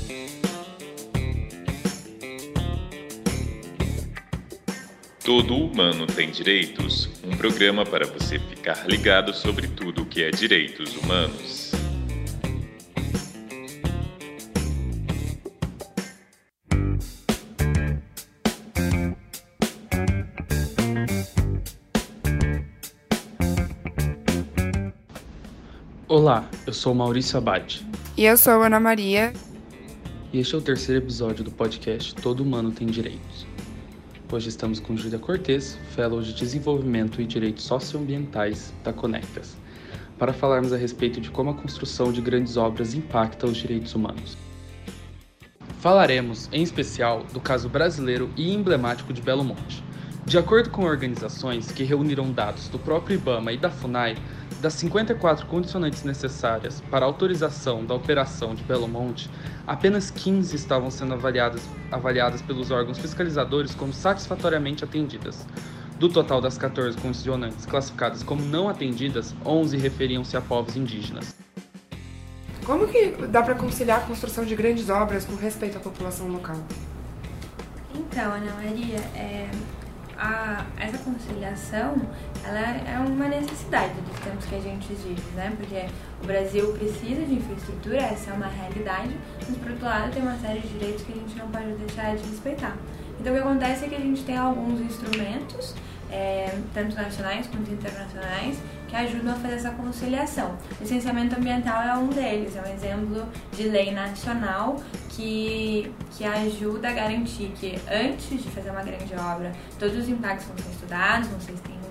Todo Humano Tem Direitos, um programa para você ficar ligado sobre tudo o que é direitos humanos. Olá, eu sou Maurício Abad. E eu sou Ana Maria. E este é o terceiro episódio do podcast Todo Humano Tem Direitos. Hoje estamos com Júlia Cortez, Fellow de Desenvolvimento e Direitos Socioambientais da Conectas, para falarmos a respeito de como a construção de grandes obras impacta os direitos humanos. Falaremos, em especial, do caso brasileiro e emblemático de Belo Monte. De acordo com organizações que reuniram dados do próprio IBAMA e da FUNAI, das 54 condicionantes necessárias para a autorização da operação de Belo Monte, apenas 15 estavam sendo avaliadas pelos órgãos fiscalizadores como satisfatoriamente atendidas. Do total das 14 condicionantes classificadas como não atendidas, 11 referiam-se a povos indígenas. Como que dá para conciliar a construção de grandes obras com respeito à população local? Então, Ana Maria, essa conciliação ela é uma necessidade dos tempos que a gente vive, né? Porque o Brasil precisa de infraestrutura, essa é uma realidade, mas por outro lado tem uma série de direitos que a gente não pode deixar de respeitar. Então o que acontece é que a gente tem alguns instrumentos, tanto nacionais quanto internacionais, que ajudam a fazer essa conciliação. O licenciamento ambiental é um deles, é um exemplo de lei nacional que ajuda a garantir que antes de fazer uma grande obra, todos os impactos vão ser estudados, vão ser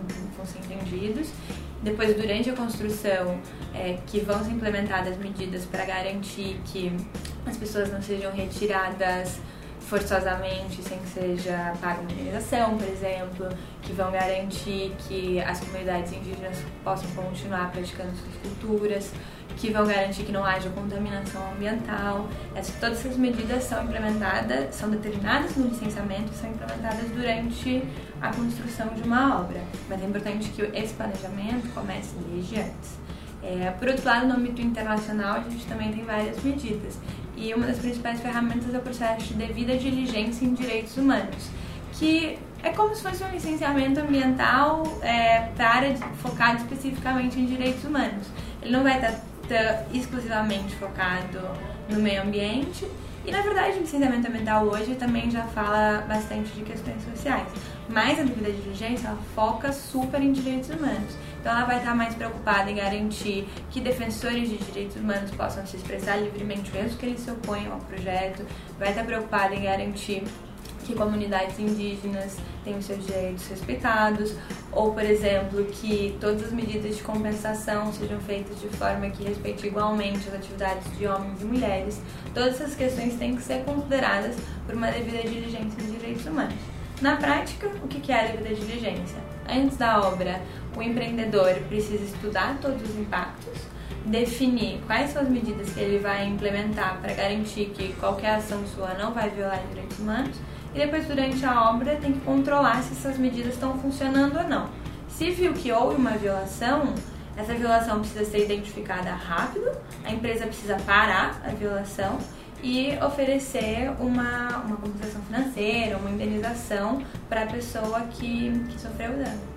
entendidos. Depois, durante a construção, que vão ser implementadas medidas para garantir que as pessoas não sejam retiradas forçosamente, sem que seja paga uma indenização, por exemplo, que vão garantir que as comunidades indígenas possam continuar praticando suas culturas, que vão garantir que não haja contaminação ambiental. Todas essas medidas são determinadas no licenciamento e são implementadas durante a construção de uma obra. Mas é importante que esse planejamento comece desde antes. Por outro lado, no âmbito internacional, a gente também tem várias medidas. E uma das principais ferramentas é o processo de devida diligência em direitos humanos, que é como se fosse um licenciamento ambiental para área focado especificamente em direitos humanos. Ele não vai estar exclusivamente focado no meio ambiente. E, na verdade, o licenciamento ambiental hoje também já fala bastante de questões sociais. Mas a devida diligência, ela foca super em direitos humanos. Então, ela vai estar mais preocupada em garantir que defensores de direitos humanos possam se expressar livremente, mesmo que eles se oponham ao projeto. Vai estar preocupada em garantir que comunidades indígenas tenham seus direitos respeitados, ou, por exemplo, que todas as medidas de compensação sejam feitas de forma que respeite igualmente as atividades de homens e mulheres. Todas essas questões têm que ser consideradas por uma devida diligência em direitos humanos. Na prática, o que é a devida diligência? Antes da obra, o empreendedor precisa estudar todos os impactos, definir quais são as medidas que ele vai implementar para garantir que qualquer ação sua não vai violar direitos humanos, e depois, durante a obra, tem que controlar se essas medidas estão funcionando ou não. Se viu que houve uma violação, essa violação precisa ser identificada rápido, a empresa precisa parar a violação e oferecer uma compensação financeira, uma indenização para a pessoa que sofreu o dano.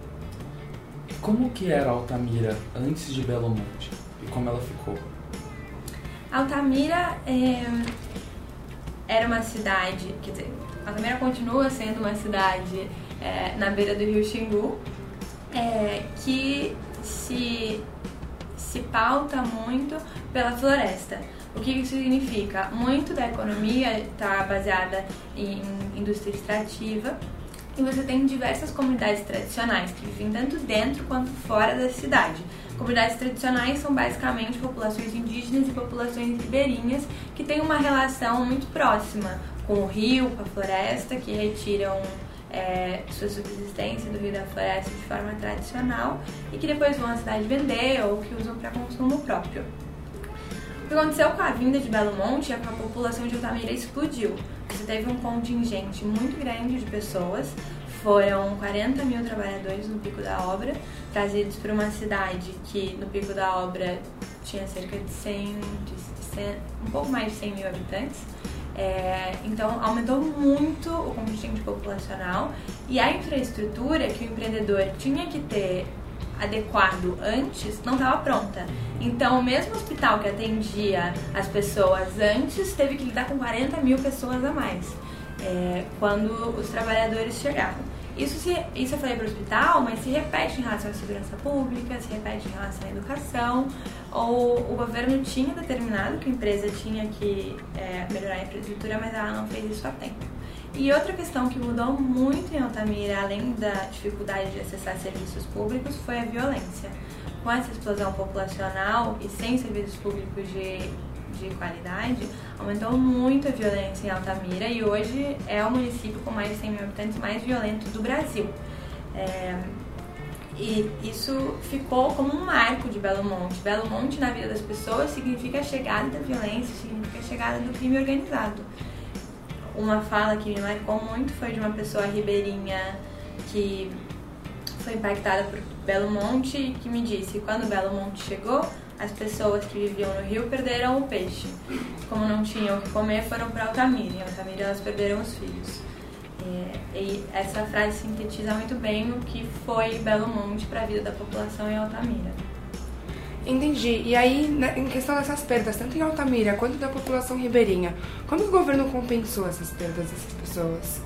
Como que era Altamira antes de Belo Monte e como ela ficou? Altamira era uma cidade, quer dizer, Altamira continua sendo uma cidade na beira do rio Xingu, que se pauta muito pela floresta. O que isso significa? Muito da economia está baseada em indústria extrativa e você tem diversas comunidades tradicionais que vivem tanto dentro quanto fora da cidade. Comunidades tradicionais são basicamente populações indígenas e populações ribeirinhas que têm uma relação muito próxima com o rio, com a floresta, que retiram sua subsistência do rio e da floresta de forma tradicional e que depois vão à cidade vender ou que usam para consumo próprio. O que aconteceu com a vinda de Belo Monte é que a população de Altamira explodiu. Você teve um contingente muito grande de pessoas, foram 40 mil trabalhadores no pico da obra, trazidos para uma cidade que no pico da obra tinha cerca de 100 um pouco mais de 100 mil habitantes. Então aumentou muito o contingente populacional e a infraestrutura que o empreendedor tinha que ter adequado antes não estava pronta. Então o mesmo hospital que atendia as pessoas antes teve que lidar com 40 mil pessoas a mais quando os trabalhadores chegaram. Isso eu falei para o hospital, mas se repete em relação à segurança pública, se repete em relação à educação. O governo tinha determinado que a empresa tinha que melhorar a infraestrutura, mas ela não fez isso a tempo. E outra questão que mudou muito em Altamira, além da dificuldade de acessar serviços públicos, foi a violência. Com essa explosão populacional e sem serviços públicos de qualidade, aumentou muito a violência em Altamira e hoje é o município com mais de 100 mil habitantes mais violento do Brasil. E isso ficou como um marco de Belo Monte. Belo Monte, na vida das pessoas, significa a chegada da violência, significa a chegada do crime organizado. Uma fala que me marcou muito foi de uma pessoa ribeirinha que foi impactada por Belo Monte e que me disse: quando Belo Monte chegou, as pessoas que viviam no rio perderam o peixe. Como não tinham o que comer, foram para Altamira. Em Altamira elas perderam os filhos. E essa frase sintetiza muito bem o que foi Belo Monte para a vida da população em Altamira. Entendi. E aí, em questão dessas perdas, tanto em Altamira quanto da população ribeirinha, como o governo compensou essas perdas dessas pessoas?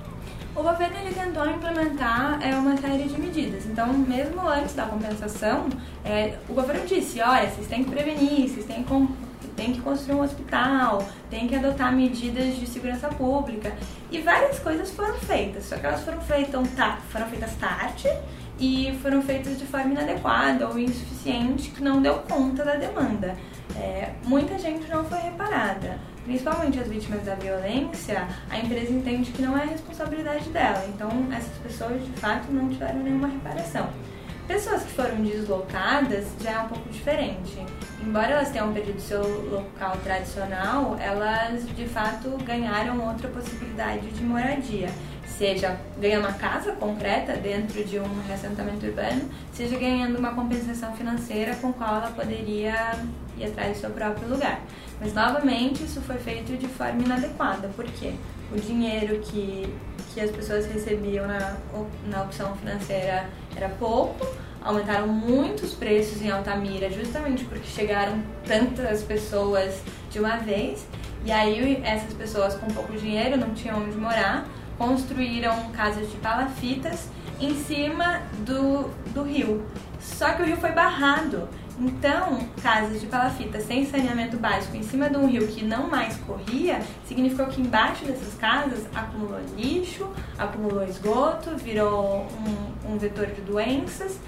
O governo ele tentou implementar uma série de medidas. Então, mesmo antes da compensação, o governo disse: olha, vocês têm que prevenir, vocês têm que construir um hospital, têm que adotar medidas de segurança pública. E várias coisas foram feitas, só que elas foram feitas tarde e foram feitas de forma inadequada ou insuficiente, que não deu conta da demanda. Muita gente não foi reparada. Principalmente as vítimas da violência, a empresa entende que não é responsabilidade dela. Então, essas pessoas, de fato, não tiveram nenhuma reparação. Pessoas que foram deslocadas já é um pouco diferente. Embora elas tenham perdido seu local tradicional, elas, de fato, ganharam outra possibilidade de moradia. Seja ganhando uma casa concreta dentro de um reassentamento urbano, seja ganhando uma compensação financeira com a qual ela poderia ir atrás do seu próprio lugar. Mas, novamente, isso foi feito de forma inadequada. Por quê? O dinheiro que as pessoas recebiam na opção financeira era pouco, aumentaram muito os preços em Altamira, justamente porque chegaram tantas pessoas de uma vez, e aí essas pessoas com pouco dinheiro não tinham onde morar, construíram casas de palafitas em cima do rio. Só que o rio foi barrado. Então, casas de palafita sem saneamento básico em cima de um rio que não mais corria, significou que embaixo dessas casas acumulou lixo, acumulou esgoto, virou um vetor de doenças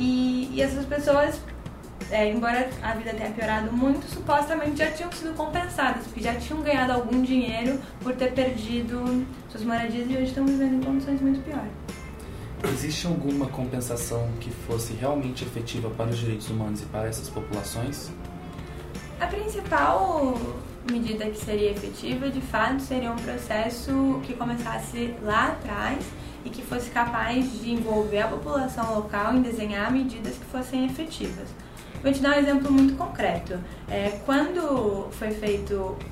e essas pessoas, embora a vida tenha piorado muito, supostamente já tinham sido compensadas, porque já tinham ganhado algum dinheiro por ter perdido suas moradias e hoje estão vivendo em condições muito piores. Existe alguma compensação que fosse realmente efetiva para os direitos humanos e para essas populações? A principal medida que seria efetiva, de fato, seria um processo que começasse lá atrás e que fosse capaz de envolver a população local em desenhar medidas que fossem efetivas. Vou te dar um exemplo muito concreto. Quando foi feito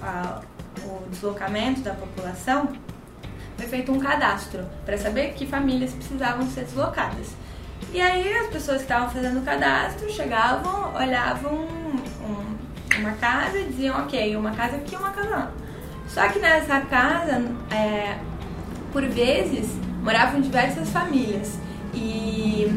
o deslocamento da população, foi feito um cadastro para saber que famílias precisavam ser deslocadas. E aí as pessoas que estavam fazendo o cadastro chegavam, olhavam uma casa e diziam: ok, uma casa aqui e uma casa lá. Só que nessa casa, por vezes, moravam diversas famílias. E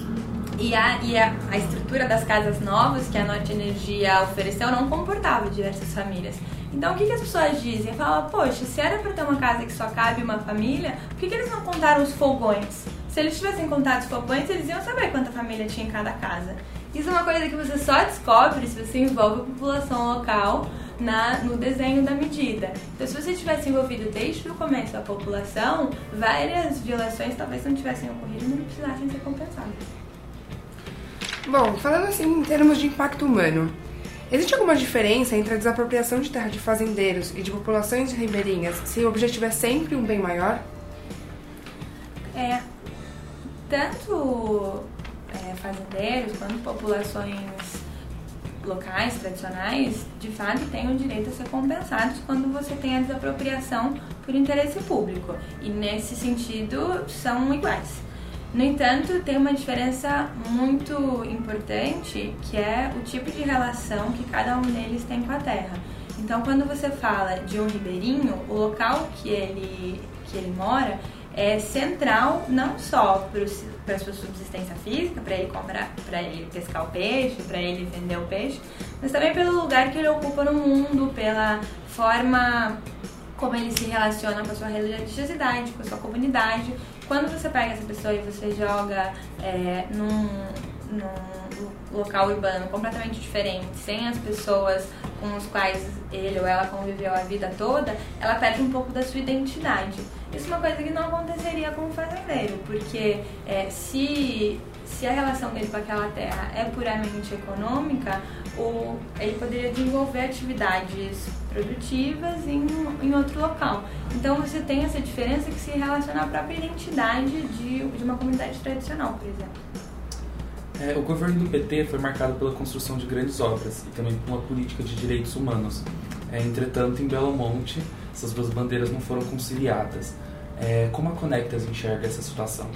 a estrutura das casas novas que a Norte Energia ofereceu não comportava diversas famílias. Então, o que as pessoas dizem? Falam: poxa, se era para ter uma casa que só cabe uma família, por que eles não contaram os fogões? Se eles tivessem contado os fogões, eles iam saber quanta família tinha em cada casa. Isso é uma coisa que você só descobre se você envolve a população local no desenho da medida. Então, se você tivesse envolvido desde o começo a população, várias violações talvez não tivessem ocorrido e não precisassem ser compensadas. Bom, falando assim em termos de impacto humano, existe alguma diferença entre a desapropriação de terra de fazendeiros e de populações ribeirinhas se o objetivo é sempre um bem maior? Tanto fazendeiros quanto populações locais tradicionais, de fato, têm o direito a ser compensados quando você tem a desapropriação por interesse público. E, nesse sentido, são iguais. No entanto, tem uma diferença muito importante, que é o tipo de relação que cada um deles tem com a terra. Então, quando você fala de um ribeirinho, o local que ele mora é central não só para a sua subsistência física, para ele pescar o peixe, para ele vender o peixe, mas também pelo lugar que ele ocupa no mundo, pela forma como ele se relaciona com a sua religiosidade, com a sua comunidade. Quando você pega essa pessoa e você joga num local urbano completamente diferente, sem as pessoas com as quais ele ou ela conviveu a vida toda, ela perde um pouco da sua identidade. Isso é uma coisa que não aconteceria com o fazendeiro, porque se a relação dele com aquela terra é puramente econômica, ele poderia desenvolver atividades produtivas em outro local. Então você tem essa diferença que se relaciona à própria identidade de uma comunidade tradicional, por exemplo. O governo do PT foi marcado pela construção de grandes obras e também por uma política de direitos humanos. Entretanto, em Belo Monte, essas duas bandeiras não foram conciliadas. Como a Conectas enxerga essa situação?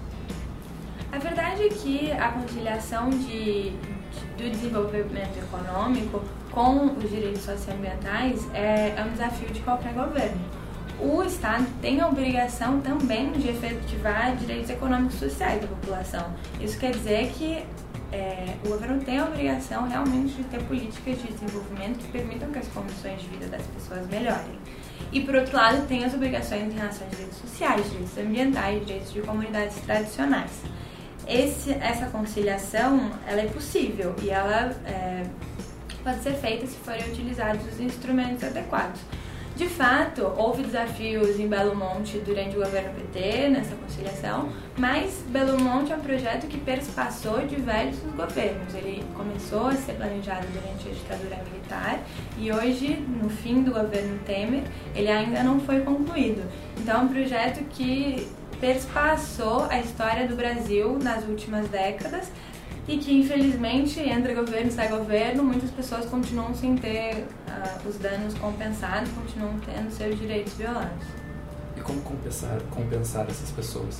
A verdade é que a conciliação do desenvolvimento econômico com os direitos socioambientais é um desafio de qualquer governo. O Estado tem a obrigação também de efetivar direitos econômicos e sociais da população. Isso quer dizer que o governo tem a obrigação realmente de ter políticas de desenvolvimento que permitam que as condições de vida das pessoas melhorem. E, por outro lado, tem as obrigações em relação a direitos sociais, direitos ambientais, direitos de comunidades tradicionais. Essa conciliação ela é possível e ela pode ser feita se forem utilizados os instrumentos adequados. De fato, houve desafios em Belo Monte durante o governo PT nessa conciliação, mas Belo Monte é um projeto que perspassou diversos governos. Ele começou a ser planejado durante a ditadura militar e hoje, no fim do governo Temer, ele ainda não foi concluído. Então é um projeto que perspassou a história do Brasil nas últimas décadas e que, infelizmente, entra governo e sai governo, muitas pessoas continuam sem ter os danos compensados, continuam tendo seus direitos violados. E como compensar essas pessoas?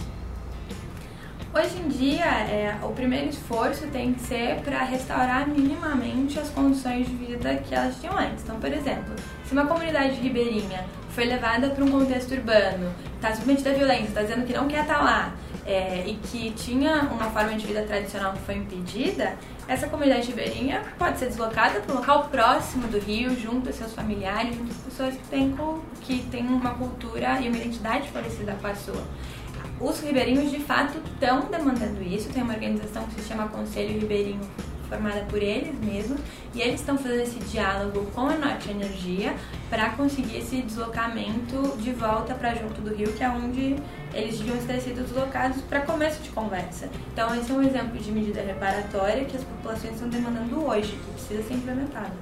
Hoje em dia, o primeiro esforço tem que ser para restaurar minimamente as condições de vida que elas tinham antes. Então, por exemplo, se uma comunidade ribeirinha foi levada para um contexto urbano, está submetida à violência, está dizendo que não quer estar lá, e que tinha uma forma de vida tradicional que foi impedida, essa comunidade ribeirinha pode ser deslocada para um local próximo do rio, junto a seus familiares, junto às pessoas que têm uma cultura e uma identidade parecida com a sua. Os ribeirinhos, de fato, estão demandando isso. Tem uma organização que se chama Conselho Ribeirinho, formada por eles mesmos, e eles estão fazendo esse diálogo com a Norte Energia para conseguir esse deslocamento de volta para junto do rio, que é onde eles deviam ter sido deslocados para começo de conversa. Então esse é um exemplo de medida reparatória que as populações estão demandando hoje, que precisa ser implementada.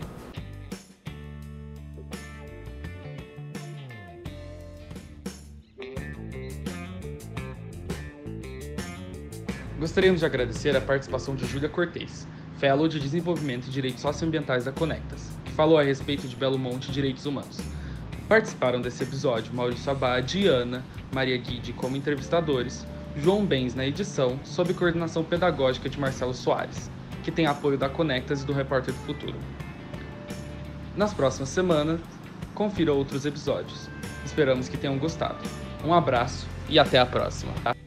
Gostaríamos de agradecer a participação de Júlia Cortez, Fellow de Desenvolvimento e Direitos Socioambientais da Conectas, que falou a respeito de Belo Monte e direitos humanos. Participaram desse episódio Maurício Abad e Ana, Maria Guide como entrevistadores, João Bens na edição, sob coordenação pedagógica de Marcelo Soares, que tem apoio da Conectas e do Repórter do Futuro. Nas próximas semanas, confira outros episódios. Esperamos que tenham gostado. Um abraço e até a próxima.